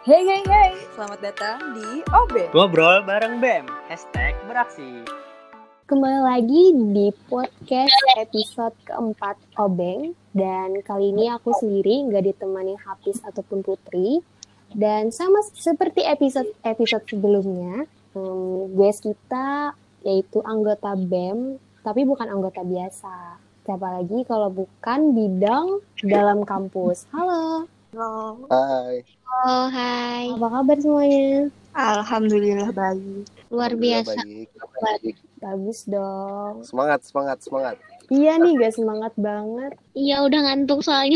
Hey, hey, hey, selamat datang di OB. Ngobrol bareng BEM, #beraksi. Kembali lagi di podcast episode keempat Obeng. Dan kali ini aku sendiri, nggak ditemani Hafiz ataupun Putri. Dan sama seperti episode sebelumnya, guest kita yaitu anggota BEM, tapi bukan anggota biasa. Siapa lagi kalau bukan bidang dalam kampus. Halo. Halo. Hai. Oh, hai. Apa kabar semuanya? Alhamdulillah baik. Luar biasa. Baik. Bagus dong. Semangat. Iya nih, gak semangat banget. Iya, udah ngantuk soalnya.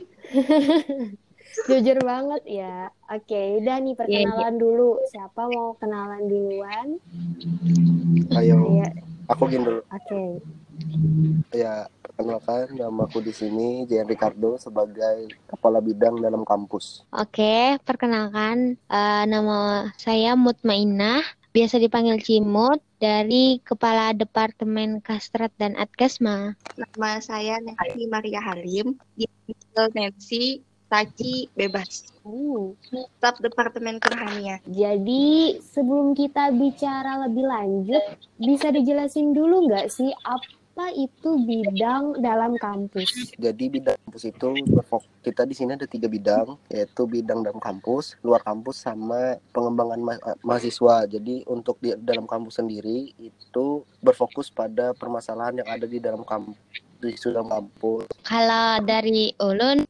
Jujur banget ya. Oke, udah nih perkenalan dulu. Siapa mau kenalan duluan? Ayo, aku gini dulu. Oke. Ya, perkenalkan nama aku di sini Jan Ricardo sebagai kepala bidang dalam kampus. Oke, perkenalkan nama saya Mutmainah, biasa dipanggil Cimut, dari Kepala Departemen Kastrat dan Adkesma. Nama saya Nancy Maria Halim, dipanggil Nancy Taci Bebas. Staf Departemen Kerohanian. Jadi sebelum kita bicara lebih lanjut, bisa dijelasin dulu nggak sih apa itu bidang dalam kampus? Jadi bidang kampus itu kita di sini ada 3 bidang, yaitu bidang dalam kampus, luar kampus, sama pengembangan mahasiswa. Jadi untuk di dalam kampus sendiri itu berfokus pada permasalahan yang ada di dalam kampus. Di dalam kampus. Kalau dari ulun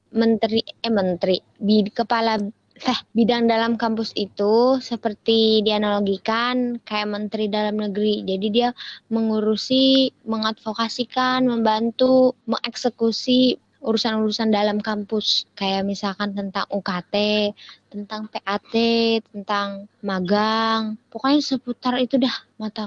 kepala bidang dalam kampus itu seperti dianalogikan kayak menteri dalam negeri. Jadi dia mengurusi, mengadvokasikan, membantu, mengeksekusi urusan-urusan dalam kampus. Kayak misalkan tentang UKT, tentang PAT, tentang magang. Pokoknya seputar itu dah, mata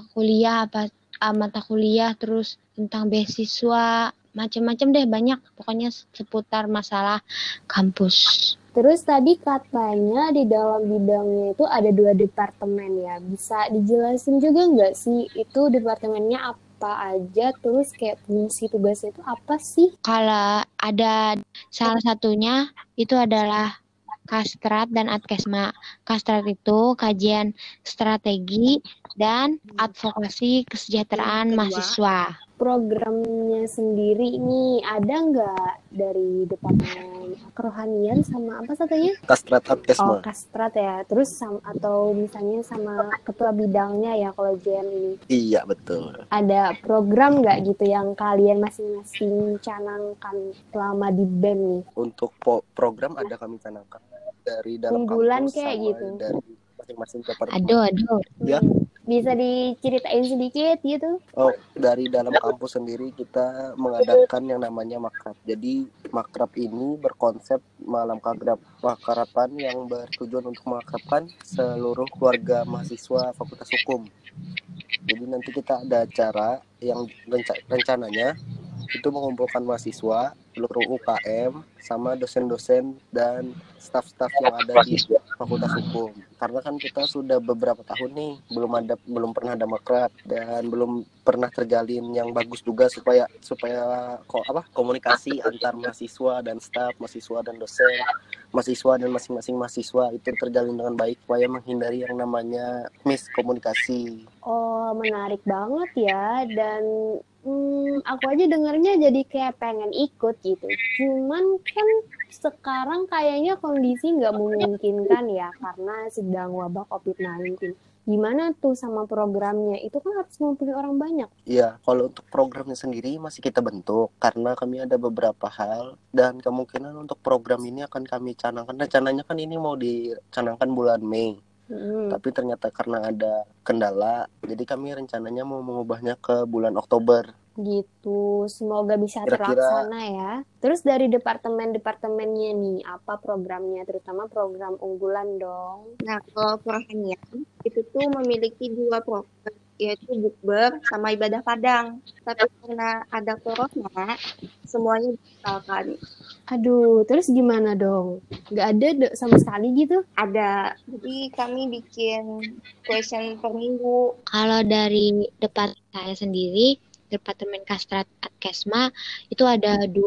kuliah, terus tentang beasiswa, macam-macam deh, banyak pokoknya seputar masalah kampus. Terus tadi katanya di dalam bidangnya itu ada 2 departemen ya. Bisa dijelasin juga nggak sih itu departemennya apa aja, terus kayak fungsi tugasnya itu apa sih? Kalau ada salah satunya itu adalah Kastrat dan Adkesma. Kastrat itu kajian strategi dan advokasi kesejahteraan mahasiswa. Programnya sendiri ini ada nggak dari departemen kerohanian sama apa satunya? Kastrat Adkesma. Oh, Kastrat ya. Terus atau misalnya sama ketua bidangnya ya kalau JM ini. Iya, betul. Ada program nggak gitu yang kalian masing-masing canangkan selama di BEM nih? Untuk program ada kami canangkan dari dalam unggulan kampus kayak sama gitu. dari masing-masing departemen. Aduh. Ya. Bisa diceritain sedikit gitu? Oh, dari dalam kampus sendiri kita mengadakan yang namanya makrab. Jadi makrab ini berkonsep malam keakraban yang bertujuan untuk mengakrabkan seluruh keluarga mahasiswa Fakultas Hukum. Jadi nanti kita ada acara yang rencananya itu mengumpulkan mahasiswa, seluruh UKM, sama dosen-dosen dan staf-staf yang ada di Fakultas Hukum. Karena kan kita sudah beberapa tahun nih belum pernah ada makrab dan belum pernah terjalin yang bagus juga supaya komunikasi antar mahasiswa dan staf, mahasiswa dan dosen, mahasiswa dan masing-masing mahasiswa itu terjalin dengan baik supaya menghindari yang namanya miskomunikasi. Oh, menarik banget ya. Dan aku aja dengernya jadi kayak pengen ikut gitu. Cuman kan sekarang kayaknya kondisi nggak memungkinkan ya karena sedang wabah COVID-19. Gimana tuh sama programnya? Itu kan harus ngumpulin orang banyak. Iya, kalau untuk programnya sendiri masih kita bentuk karena kami ada beberapa hal dan kemungkinan untuk program ini akan kami canangkan. Rencananya kan ini mau dicanangkan bulan Mei. Tapi ternyata karena ada kendala, jadi kami rencananya mau mengubahnya ke bulan Oktober. Gitu, semoga bisa terlaksana ya. Terus dari departemennya nih, apa programnya? Terutama program unggulan dong. Nah, kalau kerohanian itu tuh memiliki 2 program, yaitu bukber sama ibadah padang. Tapi karena ada corona, semuanya dibatalkan. Aduh, terus gimana dong? Nggak ada sama sekali gitu? Ada. Jadi kami bikin question per minggu. Kalau dari departemen saya sendiri, Departemen Kastrat Adkesma, itu ada 2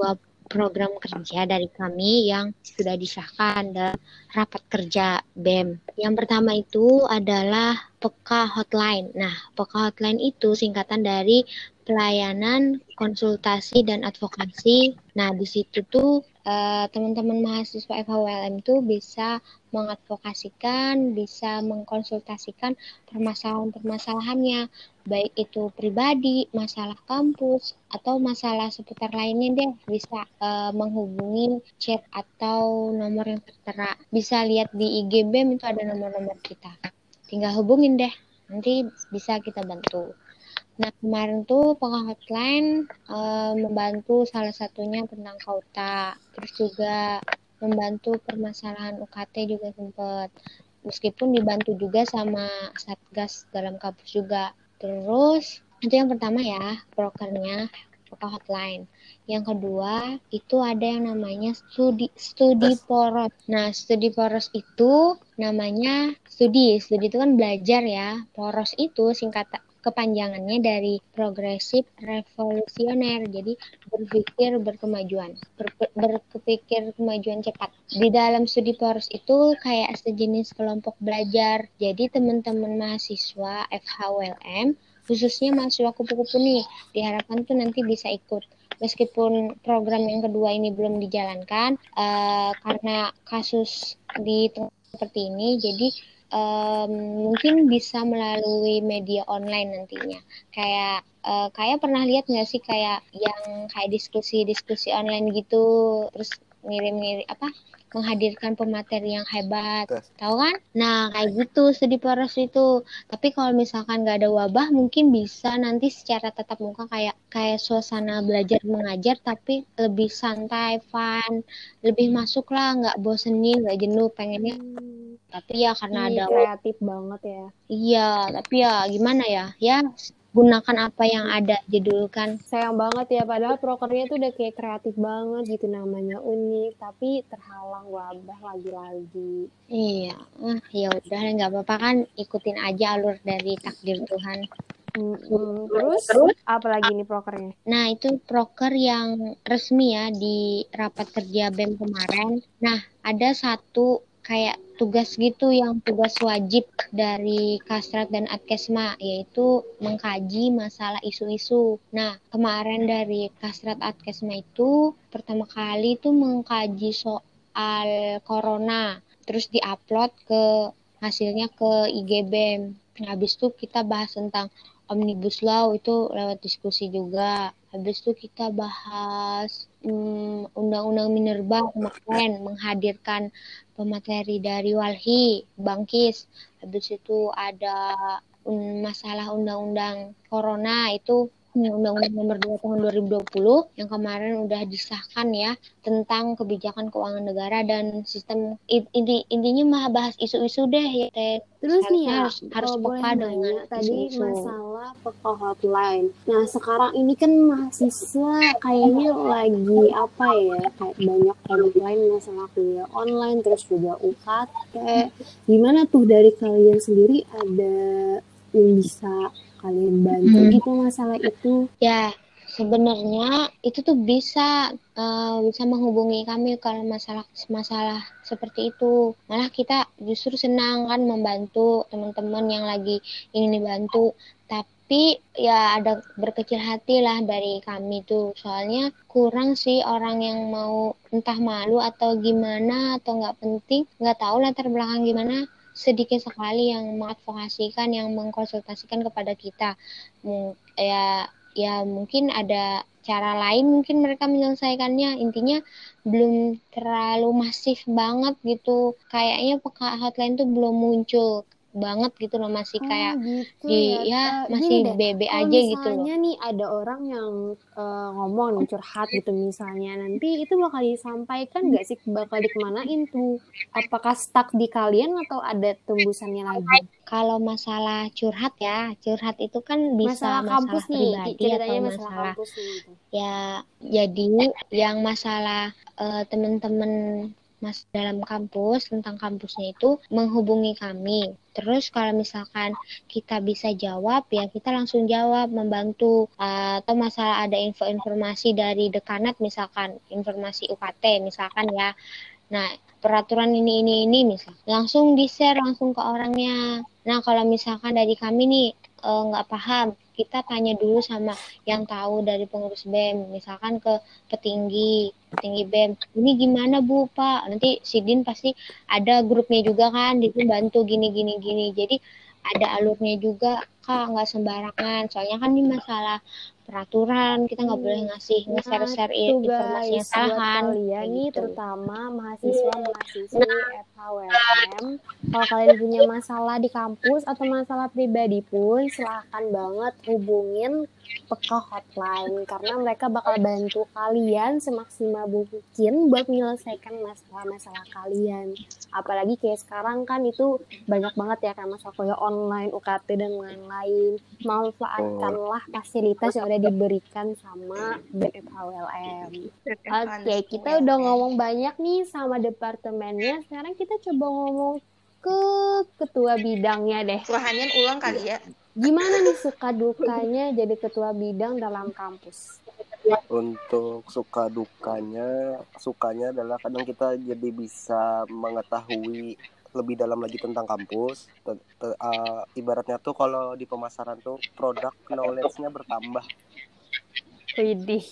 program kerja dari kami yang sudah disahkan dalam rapat kerja BEM. Yang pertama itu adalah PK Hotline. Nah, PK Hotline itu singkatan dari pelayanan konsultasi dan advokasi. Nah, di situ tuh teman-teman mahasiswa FHWLM tuh bisa mengadvokasikan, bisa mengkonsultasikan permasalahan-permasalahannya, baik itu pribadi, masalah kampus, atau masalah seputar lainnya deh, bisa menghubungi chat atau nomor yang tertera. Bisa lihat di IG BEM itu ada nomor-nomor kita. Tinggal hubungin deh, nanti bisa kita bantu. Nah, kemarin tuh Peka Hotline membantu salah satunya tentang KUTA. Terus juga membantu permasalahan UKT juga sempat. Meskipun dibantu juga sama Satgas dalam kampus juga. Terus, itu yang pertama ya, prokernya Peka Hotline. Yang kedua, itu ada yang namanya studi poros. Nah, studi poros itu namanya studi. Studi itu kan belajar ya. Poros itu kepanjangannya dari progresif revolusioner, jadi berpikir berkemajuan, berpikir kemajuan cepat. Di dalam studi poros itu kayak sejenis kelompok belajar, jadi teman-teman mahasiswa FHWLM, khususnya mahasiswa kupu-kupu nih, diharapkan tuh nanti bisa ikut. Meskipun program yang kedua ini belum dijalankan, karena kasus di tengah seperti ini, jadi mungkin bisa melalui media online nantinya. Kayak pernah lihat nggak sih kayak yang kayak diskusi online gitu, terus ngirim menghadirkan pemateri yang hebat, tahu kan? Nah kayak gitu studi poros itu. Tapi kalau misalkan nggak ada wabah, mungkin bisa nanti secara tatap muka kayak suasana belajar mengajar, tapi lebih santai, fun, lebih masuk lah, nggak bosenin, nggak jenuh, pengennya. Tapi ya karena ada kreatif banget ya. Iya, tapi ya gimana ya? Ya gunakan apa yang ada aja dulu kan. Sayang banget ya, padahal prokernya tuh udah kayak kreatif banget gitu, namanya unik, tapi terhalang wabah lagi-lagi. Iya, ya udah nggak apa-apa kan, ikutin aja alur dari takdir Tuhan. Terus apa lagi nih prokernya? Nah, itu proker yang resmi ya di rapat kerja BEM kemarin. Nah, ada satu kayak tugas gitu yang tugas wajib dari Kasrat dan Adkesma, yaitu mengkaji masalah isu-isu. Nah, kemarin dari Kasrat Adkesma itu pertama kali itu mengkaji soal corona, terus diupload hasilnya ke IG BEM. Nah, habis itu kita bahas tentang Omnibus Law itu lewat diskusi juga. Habis itu kita bahas Undang-Undang Minerba kemarin, menghadirkan pemateri dari Walhi, Bangkis. Habis itu ada masalah Undang-Undang Corona itu Undang-Undang Nomor 2 Tahun 2020 yang kemarin udah disahkan ya, tentang kebijakan keuangan negara dan sistem, intinya mah bahas isu-isu deh ya Teh. Terus nih ya, harus boleh peka dengan nanya tadi isu-isu. masalah Peka Hotline. Nah sekarang ini kan mahasiswa kayaknya lagi apa ya, kayak banyak produk lain masalah kuliah online, terus juga UKT. Gimana tuh dari kalian sendiri, ada yang bisa kalian bantu gitu masalah itu? Ya, sebenarnya itu tuh bisa menghubungi kami kalau masalah seperti itu. Malah kita justru senang kan membantu teman-teman yang lagi ingin dibantu. Tapi ya ada berkecil hati lah dari kami tuh. Soalnya kurang sih orang yang mau, entah malu atau gimana, atau nggak penting, nggak tahu latar belakang gimana. Sedikit sekali yang mengadvokasikan, yang mengkonsultasikan kepada kita. Ya mungkin ada cara lain, mungkin mereka menyelesaikannya. Intinya belum terlalu masif banget gitu, kayaknya Peka Hotline tuh belum muncul banget gitu loh, masih kayak gitu masih gini deh, BB kalau aja gitu loh. misalnya nih ada orang yang ngomong curhat gitu misalnya, nanti itu bakal disampaikan nggak sih, bakal dikemanain tuh? Apakah stuck di kalian atau ada tembusannya lagi? Kalau masalah curhat ya, curhat itu kan bisa Masalah kampus nih, pribadi ceritanya atau masalah kampus nih gitu. ya, jadi yang masalah teman-teman masuk dalam kampus, tentang kampusnya itu menghubungi kami. Terus kalau misalkan kita bisa jawab, ya kita langsung jawab, membantu. Atau masalah ada informasi dari dekanat, misalkan informasi UKT, misalkan ya. Nah, peraturan ini misal langsung di-share langsung ke orangnya. Nah, kalau misalkan dari kami nih nggak paham, kita tanya dulu sama yang tahu dari pengurus BEM, misalkan ke petinggi BEM. Ini gimana Bu, Pak? Nanti Sidin pasti ada grupnya juga kan, dia tuh bantu gini. Jadi ada alurnya juga, Kak, nggak sembarangan. Soalnya kan ini masalah peraturan, kita nggak boleh ngasih Nah, nge-share tuh informasi yang guys, salah buat kan. kalian Kayak nih, gitu. terutama mahasiswa-mahasiswi FHWLM, kalau kalian punya masalah di kampus atau masalah pribadi pun, silahkan banget hubungin ke hotline, karena mereka bakal bantu kalian semaksimal mungkin buat menyelesaikan masalah-masalah kalian. Apalagi kayak sekarang kan itu banyak banget ya, kayak masalah kuliah online, UKT, dan lain-lain. Manfaatkanlah fasilitas yang udah diberikan sama BFHWLM. Oke, kita udah ngomong banyak nih sama departemennya. Sekarang kita coba ngomong ke ketua bidangnya deh. Wahanian ulang kali ya. Gimana nih suka dukanya jadi ketua bidang dalam kampus? Untuk sukanya adalah kadang kita jadi bisa mengetahui lebih dalam lagi tentang kampus. Ibaratnya tuh kalau di pemasaran tuh produk knowledge-nya bertambah. Widih,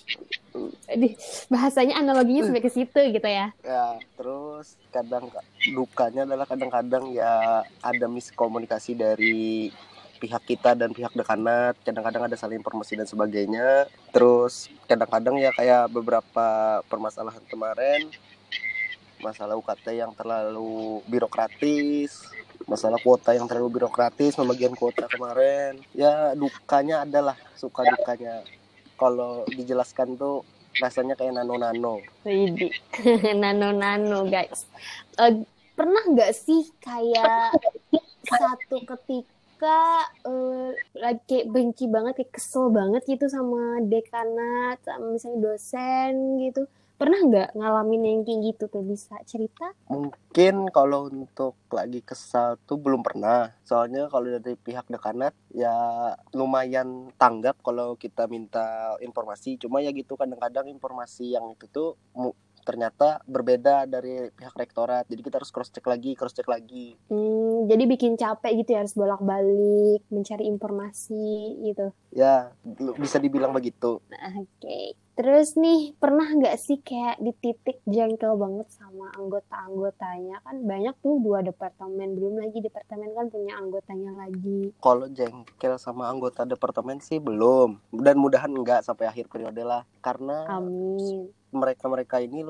bahasanya analoginya sampai ke situ gitu ya. Ya, terus dukanya adalah kadang-kadang ya ada miskomunikasi dari pihak kita dan pihak dekanat, kadang-kadang ada saling informasi dan sebagainya. Terus kadang-kadang ya kayak beberapa permasalahan kemarin, masalah UKT yang terlalu birokratis, masalah kuota yang terlalu birokratis, pembagian kuota kemarin. Ya dukanya adalah suka dukanya. Kalau dijelaskan tuh rasanya kayak nano-nano. Widih, nano-nano guys. Pernah nggak sih kayak satu ketika lagi kayak benci banget, kayak kesel banget gitu sama dekanat, sama misalnya dosen gitu? Pernah nggak ngalamin yang kayak gitu tuh? Bisa cerita? Mungkin kalau untuk lagi kesal tuh belum pernah. Soalnya kalau dari pihak dekanat ya lumayan tanggap kalau kita minta informasi. Cuma ya gitu kadang-kadang informasi yang itu tuh ternyata berbeda dari pihak rektorat. Jadi kita harus cross check lagi. Jadi bikin capek gitu ya, harus bolak-balik mencari informasi gitu. Ya, bisa dibilang begitu. Oke. Terus nih, pernah nggak sih kayak di titik jengkel banget sama anggota-anggotanya? Kan banyak tuh 2 departemen, belum lagi departemen kan punya anggotanya lagi. Kalau jengkel sama anggota departemen sih belum. Dan mudahan enggak sampai akhir periode lah. Karena Amin. mereka ini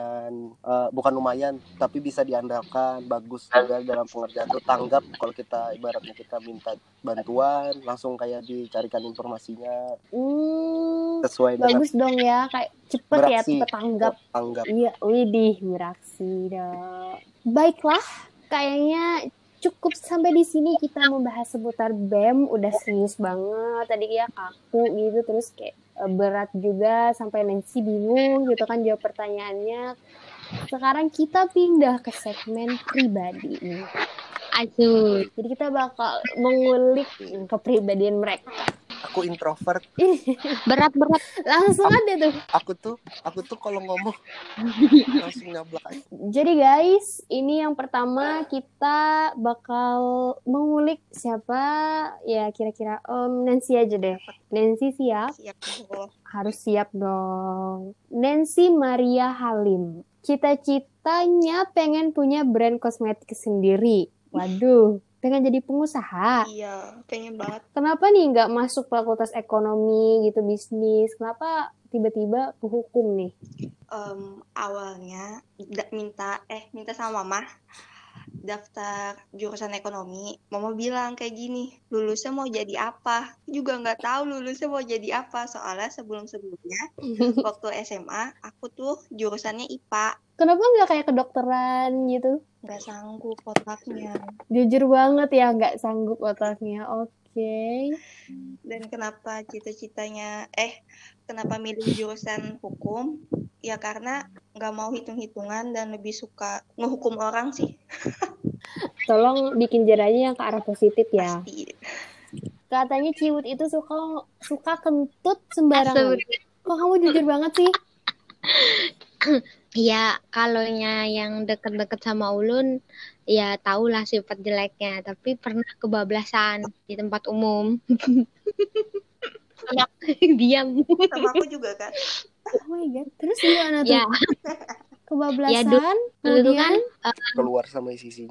bukan lumayan, tapi bisa diandalkan, bagus juga dalam pengerjaan tuh, tanggap kalau kita ibaratnya kita minta bantuan langsung kayak dicarikan informasinya sesuai bagus dong ya, kayak cepet beraksi, ya, cepet tanggap. Iya, widih, beraksi dong. Baiklah, kayaknya cukup sampai di sini kita membahas seputar BEM. Udah serius banget tadi ya, kaku gitu, terus kayak berat juga sampai Nancy bingung gitu kan jawab pertanyaannya. Sekarang kita pindah ke segmen pribadi nih. Aduh. Jadi kita bakal mengulik kepribadian mereka. Aku introvert. Berat. Langsung aja tuh. Aku tuh kalau ngomong langsung nyablak aja. Jadi guys, ini yang pertama kita bakal mengulik siapa ya, kira-kira Nancy aja deh. Nancy siap? Siap. Harus siap dong. Nancy Maria Halim. Cita-citanya pengen punya brand kosmetik sendiri. Waduh, pengen jadi pengusaha. Iya, pengen banget. Kenapa nih nggak masuk fakultas ekonomi gitu, bisnis? Kenapa tiba-tiba ke hukum nih? Awalnya minta sama mama daftar jurusan ekonomi. Mama bilang kayak gini, lulusnya mau jadi apa? Juga nggak tahu lulusnya mau jadi apa. Soalnya sebelumnya waktu SMA aku tuh jurusannya IPA. Kenapa nggak kayak kedokteran gitu? Nggak sanggup otaknya. Jujur banget ya, nggak sanggup otaknya. Oke. Dan kenapa Kenapa milih jurusan hukum? Ya karena nggak mau hitung-hitungan dan lebih suka ngehukum orang sih, Tolong bikin jaranya yang ke arah positif ya. pasti. Katanya Ciwut itu suka kentut sembarangan. Kok kamu jujur banget sih? Ya, kalaunya yang deket-deket sama Ulun, ya tahulah sifat jeleknya. Tapi pernah kebablasan di tempat umum. Diam. Sama aku juga kan. Oh my god. Terus gimana tuh? Ya, Kebablasan, dulu tuh kan kemudian Keluar sama isinya.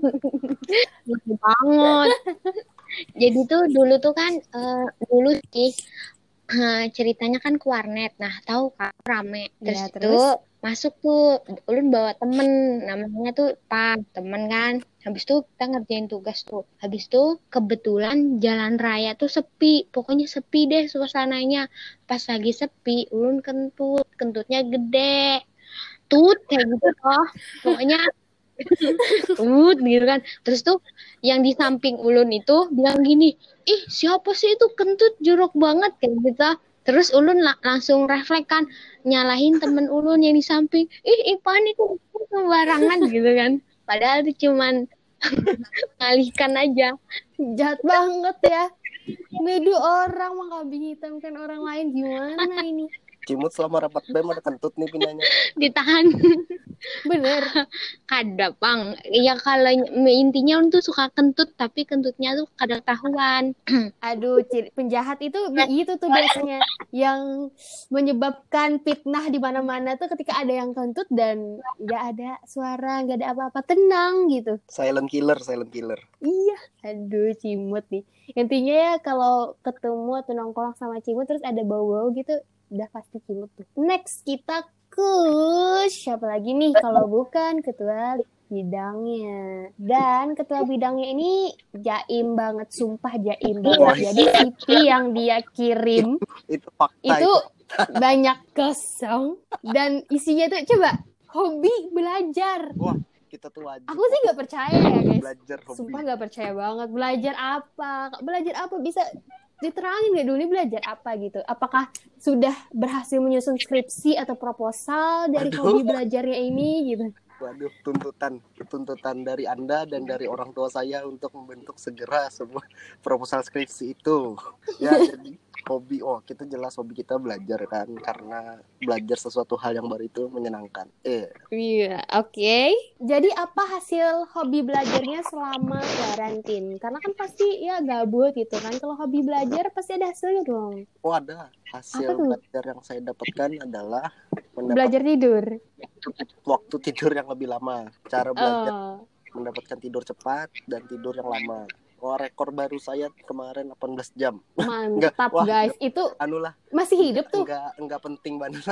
lucu banget. Jadi tuh dulu tuh kan dulu sih ceritanya kan ke warnet. Nah, tahu kan rame. Terus Ya, itu terus? masuk tuh Ulun bawa temen namanya tuh temen kan. Habis itu kita ngerjain tugas tuh. Habis itu kebetulan jalan raya tuh sepi. Pokoknya sepi deh suasananya. Pas lagi sepi, Ulun kentutnya gede. Kayak gitu loh. Pokoknya gitu kan. Terus tuh yang di samping Ulun itu bilang gini, ih siapa sih itu kentut jorok banget kayak gitu. Terus Ulun langsung refleks kan, nyalahin temen Ulun yang di samping, ih Ipan itu sembarangan gitu kan. Padahal itu cuman ngalihkan aja. Jahat banget ya. Nuduh orang mengkambing hitamkan orang lain, gimana ini? Cimut selama rapat BEM ada kentut nih pinanya. Ditahan. Bener. Kada bang. Ya kalau intinya untuk suka kentut, tapi kentutnya tuh kada tahuan. Aduh, penjahat itu tuh biasanya yang menyebabkan fitnah di mana-mana tuh ketika ada yang kentut dan nggak ada suara, nggak ada apa-apa, tenang gitu. Silent killer. Iya, aduh Cimut nih. Intinya ya kalau ketemu atau nongkrong sama Cimut terus ada bau-bau gitu, udah pasti Cimut tuh. Next kita ke siapa lagi nih kalau bukan ketua bidangnya. Dan ketua bidangnya ini jaim banget, sumpah jaim banget. Jadi CV yang dia kirim Itu fakta. itu banyak kosong dan isinya tuh coba hobi belajar. Wah, kita tuh wajib. Aku sih nggak percaya ya guys. Belajar hobi. Sumpah nggak percaya banget. Belajar apa? Belajar apa? Bisa diterangin nggak dulu ini belajar apa gitu? Apakah sudah berhasil menyusun skripsi atau proposal dari hobi belajarnya ini gitu? Waduh, tuntutan dari Anda dan dari orang tua saya untuk membentuk segera sebuah proposal skripsi itu. Ya, jadi hobi, kita jelas hobi kita belajar kan, karena belajar sesuatu hal yang baru itu menyenangkan. Iya, oke. Jadi apa hasil hobi belajarnya selama karantin? Karena kan pasti ya gabut gitu kan. Kalau hobi belajar pasti ada hasilnya dong. Oh, ada. Hasil belajar yang saya dapatkan adalah belajar tidur. Waktu tidur yang lebih lama. Cara belajar mendapatkan tidur cepat dan tidur yang lama. Rekor baru saya kemarin 18 jam. Mantap guys. Itu masih hidup tuh. Enggak penting banget.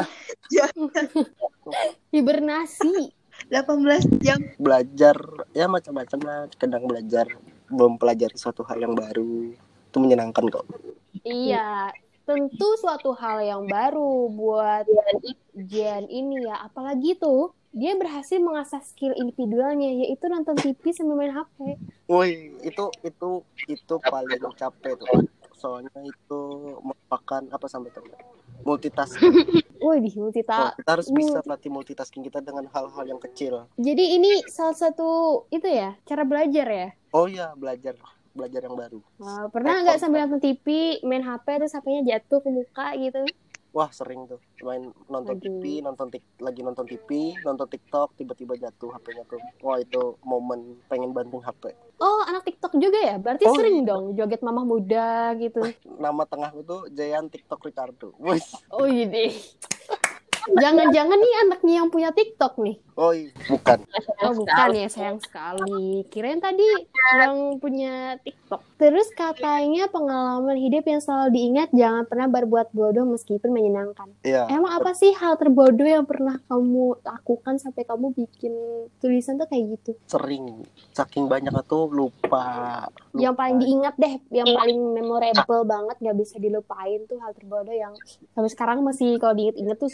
Hibernasi. 18 jam. Belajar ya macam-macam lah. Kadang belajar mempelajari suatu hal yang baru. Itu menyenangkan kok. Iya. Tentu suatu hal yang baru buat Jen ini ya. Apalagi tuh dia berhasil mengasah skill individualnya, yaitu nonton TV sambil main HP. Woi, itu paling capek tuh. Soalnya itu merupakan multitasking. Woi, multitasking. Kita harus bisa latih multitasking kita dengan hal-hal yang kecil. Jadi ini salah satu itu ya, cara belajar ya? Oh iya, belajar yang baru. Wah, pernah nggak sambil nonton TV, main HP terus HP-nya jatuh ke muka gitu? Wah, sering tuh. Nonton TV, lagi nonton TV, nonton TikTok, tiba-tiba jatuh HP-nya tuh. Wah, itu momen pengen banting HP. Oh, anak TikTok juga ya? Berarti sering dong joget mamah muda gitu. Nama tengahku tuh Jayan TikTok Ricardo. Oh iya deh. Jangan-jangan nih anaknya yang punya TikTok nih. Oh iya, bukan. Oh bukan ya, sayang sekali. Kirain tadi yang punya TikTok. Terus katanya pengalaman hidup yang selalu diingat, jangan pernah berbuat bodoh meskipun menyenangkan. Iya. Emang apa sih hal terbodoh yang pernah kamu lakukan sampai kamu bikin tulisan tuh kayak gitu? Sering. Saking banyaknya tuh lupa. Yang paling diingat deh, yang paling memorable banget, gak bisa dilupain tuh hal terbodoh yang sampai sekarang masih kalau diinget-inget tuh suka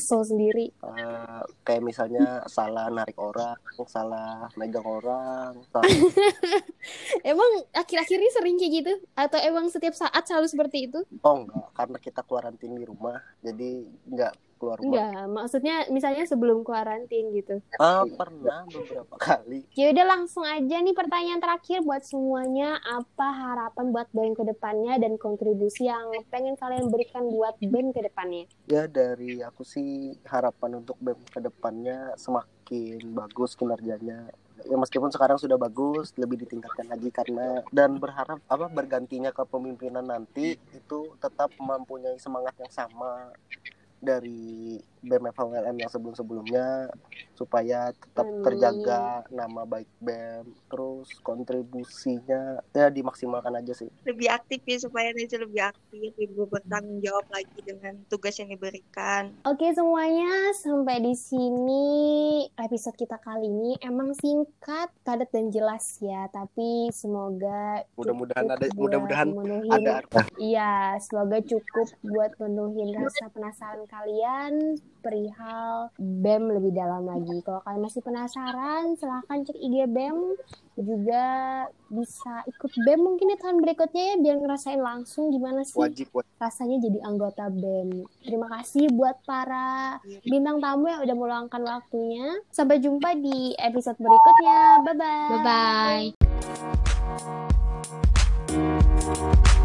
kesel sendiri. Kayak misalnya salah narik orang, salah megang orang, salah Emang akhir-akhir ini sering kayak gitu? Atau emang setiap saat selalu seperti itu? oh enggak, karena kita kuarantin di rumah, jadi enggak keluar rumah. Enggak, maksudnya misalnya sebelum kuarantin gitu. Pernah beberapa kali. Ya udah langsung aja nih pertanyaan terakhir buat semuanya. Apa harapan buat BEM ke depannya dan kontribusi yang pengen kalian berikan buat BEM ke depannya? Ya dari aku sih harapan untuk BEM ke depannya semakin bagus kinerjanya. Ya meskipun sekarang sudah bagus, lebih ditingkatkan lagi karena dan berharap bergantinya kepemimpinan nanti itu tetap mempunyai semangat yang sama dari BEM FHWLM yang sebelum-sebelumnya supaya tetap terjaga nama baik BEM, terus kontribusinya ya dimaksimalkan aja sih. Lebih aktif ya supaya Reza lebih aktif, lebih bertanggung jawab lagi dengan tugas yang diberikan. Oke semuanya, sampai di sini episode kita kali ini emang singkat, padat dan jelas ya, tapi semoga mudah-mudahan ada. Iya, semoga cukup buat menuhin rasa penasaran kalian perihal BEM lebih dalam lagi. Kalau kalian masih penasaran, silahkan cek IG BEM. Juga bisa ikut BEM mungkin di tahun berikutnya ya, biar ngerasain langsung gimana sih Wajib. rasanya jadi anggota BEM. Terima kasih buat para bintang tamu yang udah meluangkan waktunya. Sampai jumpa di episode berikutnya. Bye-bye. Bye-bye.